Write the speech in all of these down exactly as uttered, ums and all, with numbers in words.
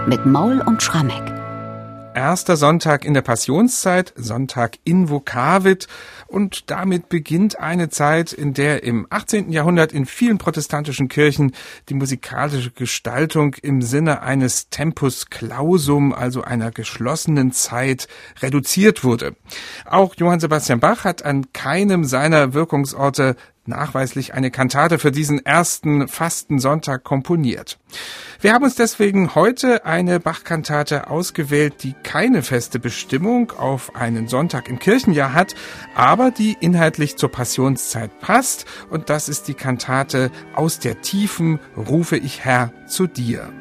mit Maul und Schrammeck. Erster Sonntag in der Passionszeit, Sonntag invocavit, und damit beginnt eine Zeit, in der im achtzehnten Jahrhundert in vielen protestantischen Kirchen die musikalische Gestaltung im Sinne eines Tempus clausum, also einer geschlossenen Zeit, reduziert wurde. Auch Johann Sebastian Bach hat an keinem seiner Wirkungsorte nachweislich eine Kantate für diesen ersten Fastensonntag komponiert. Wir haben uns deswegen heute eine Bach-Kantate ausgewählt, die keine feste Bestimmung auf einen Sonntag im Kirchenjahr hat, aber die inhaltlich zur Passionszeit passt, und das ist die Kantate Aus der Tiefen rufe ich Herr zu dir.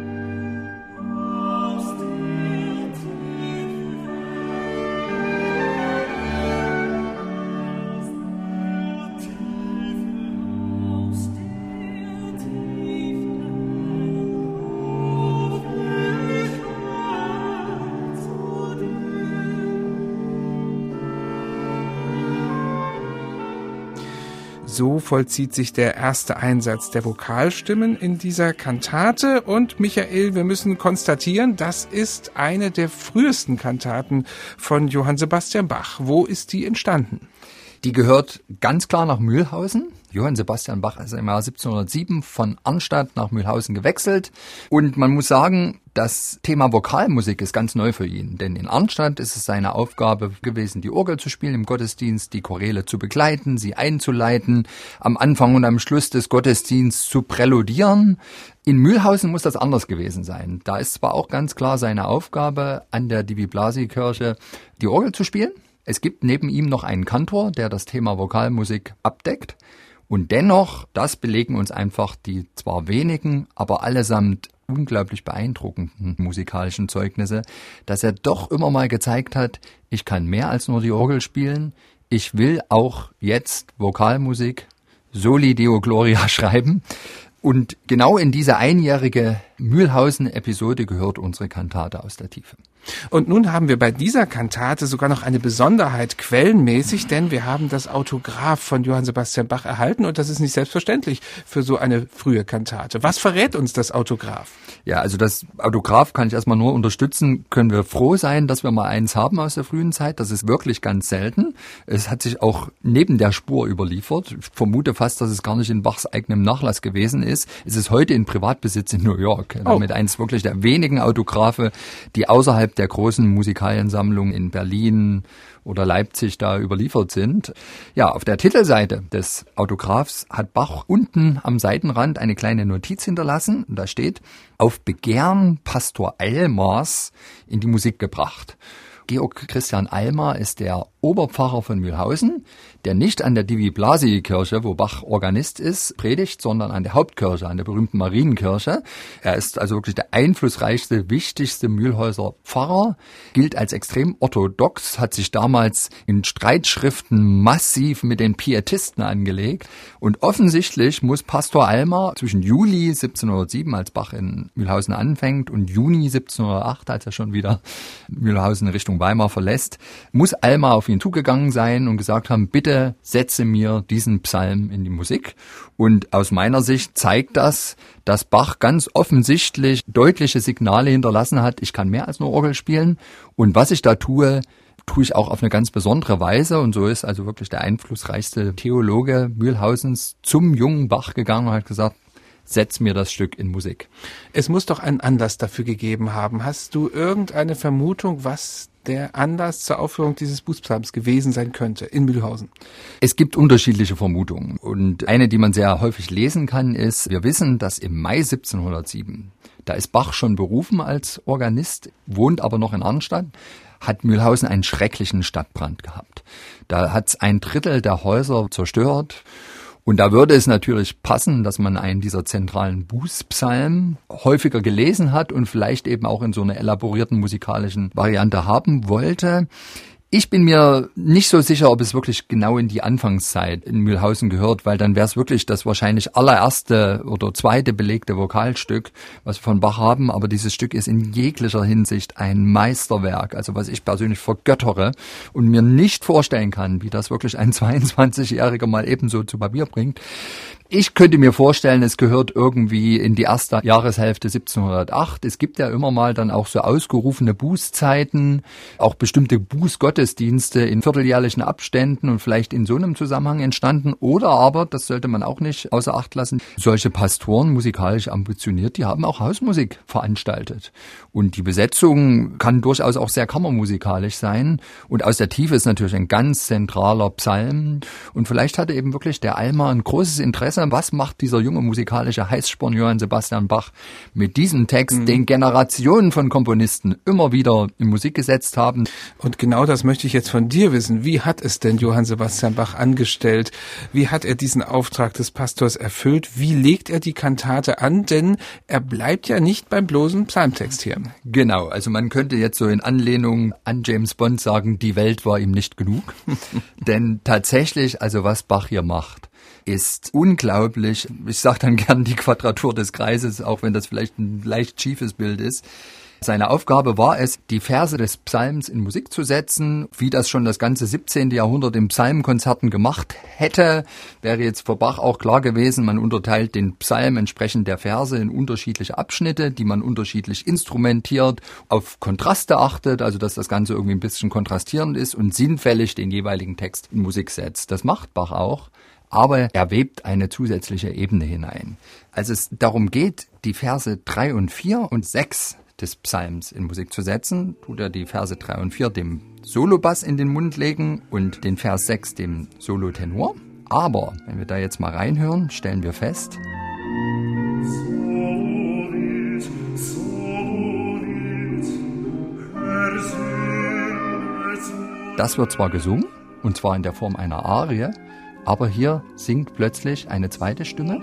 So vollzieht sich der erste Einsatz der Vokalstimmen in dieser Kantate. Und Michael, wir müssen konstatieren, das ist eine der frühesten Kantaten von Johann Sebastian Bach. Wo ist die entstanden? Die gehört ganz klar nach Mühlhausen. Johann Sebastian Bach ist im Jahr siebzehnhundertsieben von Arnstadt nach Mühlhausen gewechselt. Und man muss sagen, das Thema Vokalmusik ist ganz neu für ihn. Denn in Arnstadt ist es seine Aufgabe gewesen, die Orgel zu spielen im Gottesdienst, die Choräle zu begleiten, sie einzuleiten, am Anfang und am Schluss des Gottesdienstes zu präludieren. In Mühlhausen muss das anders gewesen sein. Da ist zwar auch ganz klar seine Aufgabe, an der Divi-Blasi-Kirche die Orgel zu spielen. Es gibt neben ihm noch einen Kantor, der das Thema Vokalmusik abdeckt. Und dennoch, das belegen uns einfach die zwar wenigen, aber allesamt unglaublich beeindruckenden musikalischen Zeugnisse, dass er doch immer mal gezeigt hat, ich kann mehr als nur die Orgel spielen. Ich will auch jetzt Vokalmusik, Soli Deo Gloria schreiben. Und genau in diese einjährige Mühlhausen-Episode gehört unsere Kantate Aus der Tiefe. Und nun haben wir bei dieser Kantate sogar noch eine Besonderheit quellenmäßig, denn wir haben das Autograph von Johann Sebastian Bach erhalten, und das ist nicht selbstverständlich für so eine frühe Kantate. Was verrät uns das Autograph? Ja, also das Autograph kann ich erstmal nur unterstützen. Können wir froh sein, dass wir mal eins haben aus der frühen Zeit. Das ist wirklich ganz selten. Es hat sich auch neben der Spur überliefert. Ich vermute fast, dass es gar nicht in Bachs eigenem Nachlass gewesen ist. Es ist heute in Privatbesitz in New York. Oh. Damit eins wirklich der wenigen Autographe, die außerhalb der großen Musikaliensammlung in Berlin oder Leipzig da überliefert sind. Ja, auf der Titelseite des Autographs hat Bach unten am Seitenrand eine kleine Notiz hinterlassen. Und da steht: Auf Begehren Pastor Almars in die Musik gebracht. Georg Christian Almar ist der Oberpfarrer von Mühlhausen, der nicht an der Divi-Blasi-Kirche, wo Bach Organist ist, predigt, sondern an der Hauptkirche, an der berühmten Marienkirche. Er ist also wirklich der einflussreichste, wichtigste Mühlhäuser Pfarrer, gilt als extrem orthodox, hat sich damals in Streitschriften massiv mit den Pietisten angelegt. Und offensichtlich muss Pastor Almar zwischen Juli siebzehnhundertsieben, als Bach in Mühlhausen anfängt, und Juni siebzehnhundertacht, als er schon wieder Mühlhausen Richtung Weimar verlässt, muss Almar auf ihn zugegangen sein und gesagt haben, bitte setze mir diesen Psalm in die Musik. Und aus meiner Sicht zeigt das, dass Bach ganz offensichtlich deutliche Signale hinterlassen hat, ich kann mehr als nur Orgel spielen, und was ich da tue, tue ich auch auf eine ganz besondere Weise. Und so ist also wirklich der einflussreichste Theologe Mühlhausens zum jungen Bach gegangen und hat gesagt, setz mir das Stück in Musik. Es muss doch einen Anlass dafür gegeben haben. Hast du irgendeine Vermutung, was der Anlass zur Aufführung dieses Bußpsalms gewesen sein könnte in Mühlhausen? Es gibt unterschiedliche Vermutungen. Und eine, die man sehr häufig lesen kann, ist, wir wissen, dass im Mai siebzehnhundertsieben, da ist Bach schon berufen als Organist, wohnt aber noch in Arnstadt, hat Mühlhausen einen schrecklichen Stadtbrand gehabt. Da hat es ein Drittel der Häuser zerstört. Und da würde es natürlich passen, dass man einen dieser zentralen Bußpsalmen häufiger gelesen hat und vielleicht eben auch in so einer elaborierten musikalischen Variante haben wollte. Ich bin mir nicht so sicher, ob es wirklich genau in die Anfangszeit in Mühlhausen gehört, weil dann wäre es wirklich das wahrscheinlich allererste oder zweite belegte Vokalstück, was wir von Bach haben. Aber dieses Stück ist in jeglicher Hinsicht ein Meisterwerk, also was ich persönlich vergöttere und mir nicht vorstellen kann, wie das wirklich ein zweiundzwanzigjähriger mal ebenso zu Papier bringt. Ich könnte mir vorstellen, es gehört irgendwie in die erste Jahreshälfte siebzehnhundertacht. Es gibt ja immer mal dann auch so ausgerufene Bußzeiten, auch bestimmte Bußgottesdienste in vierteljährlichen Abständen und vielleicht in so einem Zusammenhang entstanden. Oder aber, das sollte man auch nicht außer Acht lassen, solche Pastoren, musikalisch ambitioniert, die haben auch Hausmusik veranstaltet. Und die Besetzung kann durchaus auch sehr kammermusikalisch sein. Und aus der Tiefe ist natürlich ein ganz zentraler Psalm. Und vielleicht hatte eben wirklich der Alma ein großes Interesse. Was macht dieser junge musikalische Heißsporn Johann Sebastian Bach mit diesem Text, mhm. den Generationen von Komponisten immer wieder in Musik gesetzt haben? Und genau das möchte ich jetzt von dir wissen. Wie hat es denn Johann Sebastian Bach angestellt? Wie hat er diesen Auftrag des Pastors erfüllt? Wie legt er die Kantate an? Denn er bleibt ja nicht beim bloßen Psalmtext hier. Genau, also man könnte jetzt so in Anlehnung an James Bond sagen, die Welt war ihm nicht genug. Denn tatsächlich, also was Bach hier macht, ist unglaublich. Ich sage dann gern die Quadratur des Kreises, auch wenn das vielleicht ein leicht schiefes Bild ist. Seine Aufgabe war es, die Verse des Psalms in Musik zu setzen, wie das schon das ganze siebzehnte Jahrhundert in Psalmkonzerten gemacht hätte. Wäre jetzt für Bach auch klar gewesen, man unterteilt den Psalm entsprechend der Verse in unterschiedliche Abschnitte, die man unterschiedlich instrumentiert, auf Kontraste achtet, also dass das Ganze irgendwie ein bisschen kontrastierend ist und sinnfällig den jeweiligen Text in Musik setzt. Das macht Bach auch. Aber er webt eine zusätzliche Ebene hinein. Als es darum geht, die Verse drei und vier und sechs des Psalms in Musik zu setzen, tut er die Verse drei und vier dem Solobass in den Mund legen und den Vers sechs dem Solotenor. Aber, wenn wir da jetzt mal reinhören, stellen wir fest, das wird zwar gesungen, und zwar in der Form einer Arie, aber hier singt plötzlich eine zweite Stimme.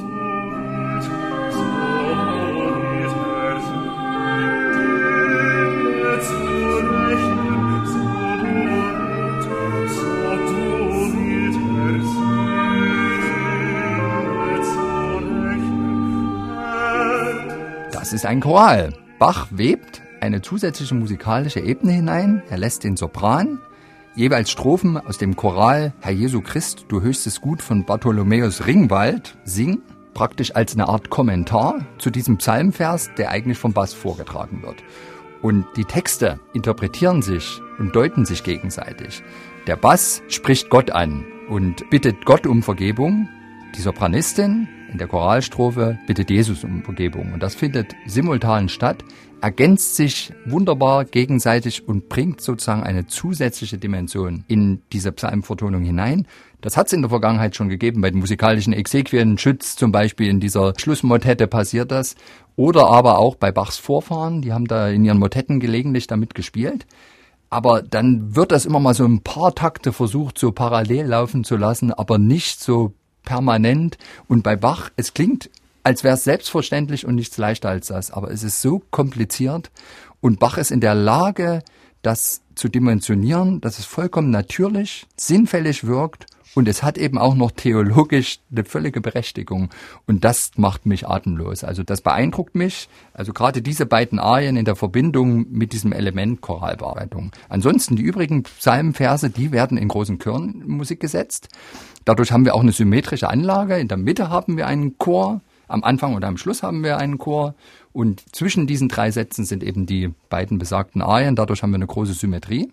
Das ist ein Choral. Bach webt eine zusätzliche musikalische Ebene hinein. Er lässt den Sopran jeweils Strophen aus dem Choral Herr Jesu Christ, du höchstes Gut von Bartholomäus Ringwald singen, praktisch als eine Art Kommentar zu diesem Psalmvers, der eigentlich vom Bass vorgetragen wird. Und die Texte interpretieren sich und deuten sich gegenseitig. Der Bass spricht Gott an und bittet Gott um Vergebung. Die Sopranistin in der Choralstrophe bittet Jesus um Vergebung. Und das findet simultan statt, ergänzt sich wunderbar gegenseitig und bringt sozusagen eine zusätzliche Dimension in diese Psalmvertonung hinein. Das hat es in der Vergangenheit schon gegeben, bei den musikalischen Exequien, Schütz zum Beispiel, in dieser Schlussmotette passiert das. Oder aber auch bei Bachs Vorfahren, die haben da in ihren Motetten gelegentlich damit gespielt. Aber dann wird das immer mal so ein paar Takte versucht, so parallel laufen zu lassen, aber nicht so permanent. Und bei Bach, es klingt, als wäre es selbstverständlich und nichts leichter als das, aber es ist so kompliziert und Bach ist in der Lage, das zu dimensionieren, dass es vollkommen natürlich, sinnfällig wirkt und es hat eben auch noch theologisch eine völlige Berechtigung und das macht mich atemlos. Also das beeindruckt mich, also gerade diese beiden Arien in der Verbindung mit diesem Element Choralbearbeitung. Ansonsten die übrigen Psalmverse, die werden in großen Chören in Musik gesetzt. Dadurch haben wir auch eine symmetrische Anlage. In der Mitte haben wir einen Chor, am Anfang oder am Schluss haben wir einen Chor und zwischen diesen drei Sätzen sind eben die beiden besagten Arien. Dadurch haben wir eine große Symmetrie.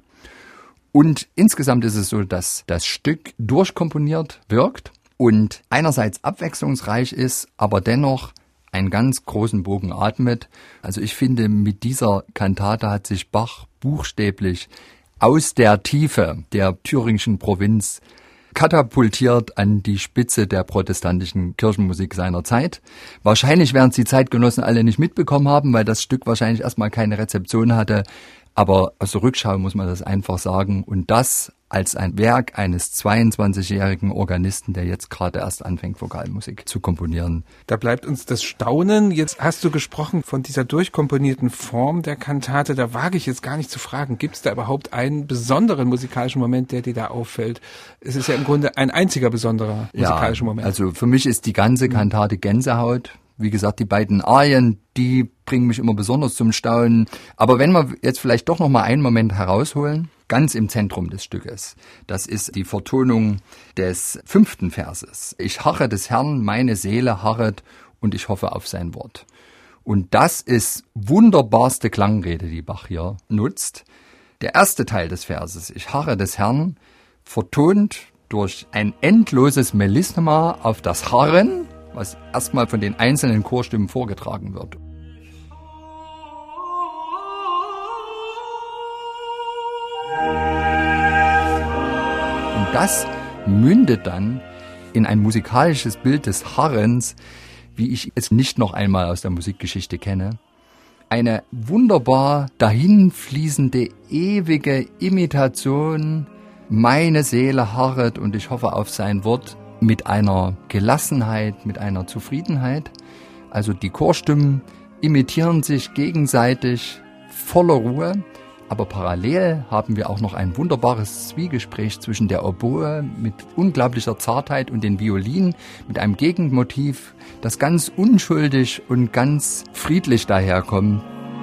Und insgesamt ist es so, dass das Stück durchkomponiert wirkt und einerseits abwechslungsreich ist, aber dennoch einen ganz großen Bogen atmet. Also ich finde, mit dieser Kantate hat sich Bach buchstäblich aus der Tiefe der thüringischen Provinz katapultiert an die Spitze der protestantischen Kirchenmusik seiner Zeit. Wahrscheinlich werden es die Zeitgenossen alle nicht mitbekommen haben, weil das Stück wahrscheinlich erstmal keine Rezeption hatte. Aber aus der Rückschau muss man das einfach sagen. Und das als ein Werk eines zweiundzwanzigjährigen Organisten, der jetzt gerade erst anfängt, Vokalmusik zu komponieren. Da bleibt uns das Staunen. Jetzt hast du gesprochen von dieser durchkomponierten Form der Kantate. Da wage ich jetzt gar nicht zu fragen, gibt es da überhaupt einen besonderen musikalischen Moment, der dir da auffällt? Es ist ja im Grunde ein einziger besonderer musikalischer ja, Moment. Also für mich ist die ganze Kantate Gänsehaut. Wie gesagt, die beiden Arien, die bringen mich immer besonders zum Staunen. Aber wenn wir jetzt vielleicht doch noch mal einen Moment herausholen, ganz im Zentrum des Stückes, das ist die Vertonung des fünften Verses. Ich harre des Herrn, meine Seele harret und ich hoffe auf sein Wort. Und das ist wunderbarste Klangrede, die Bach hier nutzt. Der erste Teil des Verses, ich harre des Herrn, vertont durch ein endloses Melisma auf das Harren, was erstmal von den einzelnen Chorstimmen vorgetragen wird. Und das mündet dann in ein musikalisches Bild des Harrens, wie ich es nicht noch einmal aus der Musikgeschichte kenne. Eine wunderbar dahinfließende, ewige Imitation, meine Seele harret und ich hoffe auf sein Wort, mit einer Gelassenheit, mit einer Zufriedenheit. Also die Chorstimmen imitieren sich gegenseitig voller Ruhe, aber parallel haben wir auch noch ein wunderbares Zwiegespräch zwischen der Oboe mit unglaublicher Zartheit und den Violinen mit einem Gegenmotiv, das ganz unschuldig und ganz friedlich daherkommt.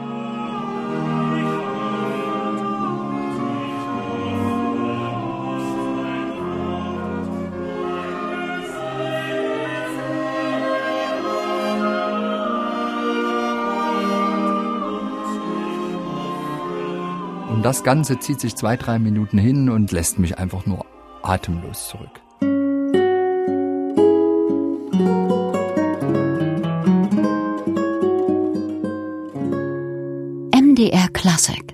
Und das Ganze zieht sich zwei, drei Minuten hin und lässt mich einfach nur atemlos zurück. M D R Classic